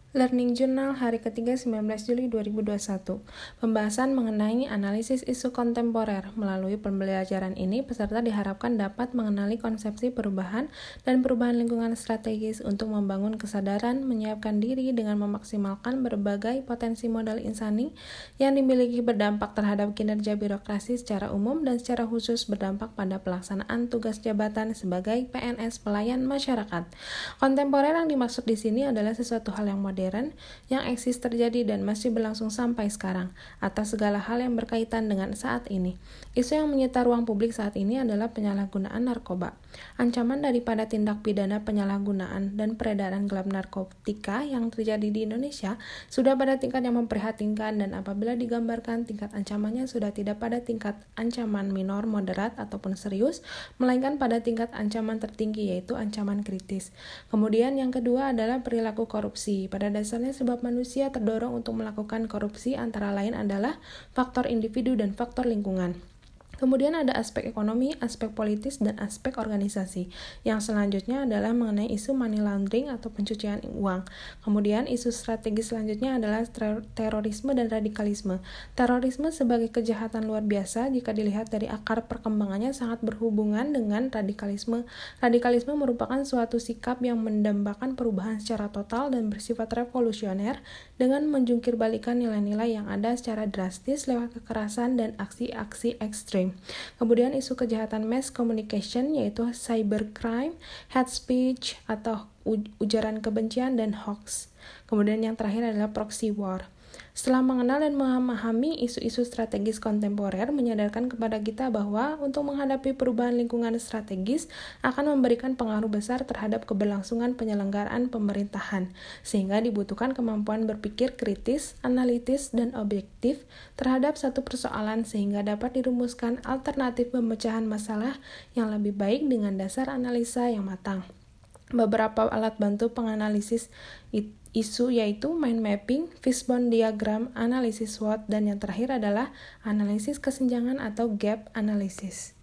Learning Journal hari ketiga 19 Juli 2021. Pembahasan mengenai analisis isu kontemporer. Melalui pembelajaran ini, peserta diharapkan dapat mengenali konsepsi perubahan dan perubahan lingkungan strategis untuk membangun kesadaran, menyiapkan diri dengan memaksimalkan berbagai potensi modal insani yang dimiliki berdampak terhadap kinerja birokrasi secara umum dan secara khusus berdampak pada pelaksanaan tugas jabatan sebagai PNS pelayan masyarakat. Kontemporer yang dimaksud di sini adalah sesuatu hal yang modern yang eksis terjadi dan masih berlangsung sampai sekarang, atas segala hal yang berkaitan dengan saat ini. Isu yang menyita ruang publik saat ini adalah penyalahgunaan narkoba. Ancaman daripada tindak pidana penyalahgunaan dan peredaran gelap narkotika yang terjadi di Indonesia sudah pada tingkat yang memprihatinkan, dan apabila digambarkan tingkat ancamannya sudah tidak pada tingkat ancaman minor, moderat, ataupun serius, melainkan pada tingkat ancaman tertinggi, yaitu ancaman kritis. Kemudian yang kedua adalah perilaku korupsi. Pada dasarnya sebab manusia terdorong untuk melakukan korupsi antara lain adalah faktor individu dan faktor lingkungan. Kemudian ada aspek ekonomi, aspek politis, dan aspek organisasi. Yang selanjutnya adalah mengenai isu money laundering atau pencucian uang. Kemudian isu strategis selanjutnya adalah terorisme dan radikalisme. Terorisme sebagai kejahatan luar biasa jika dilihat dari akar perkembangannya sangat berhubungan dengan radikalisme. Radikalisme merupakan suatu sikap yang mendambakan perubahan secara total dan bersifat revolusioner dengan menjungkir-balikan nilai-nilai yang ada secara drastis lewat kekerasan dan aksi-aksi ekstrim. Kemudian isu kejahatan mass communication yaitu cybercrime, hate speech atau ujaran kebencian, dan hoax. Kemudian yang terakhir adalah proxy war. Setelah mengenal dan memahami isu-isu strategis kontemporer, menyadarkan kepada kita bahwa untuk menghadapi perubahan lingkungan strategis akan memberikan pengaruh besar terhadap keberlangsungan penyelenggaraan pemerintahan, sehingga dibutuhkan kemampuan berpikir kritis, analitis, dan objektif terhadap satu persoalan sehingga dapat dirumuskan alternatif pemecahan masalah yang lebih baik dengan dasar analisa yang matang. Beberapa alat bantu penganalisis isu yaitu mind mapping, fishbone diagram, analisis SWOT, dan yang terakhir adalah analisis kesenjangan atau gap analysis.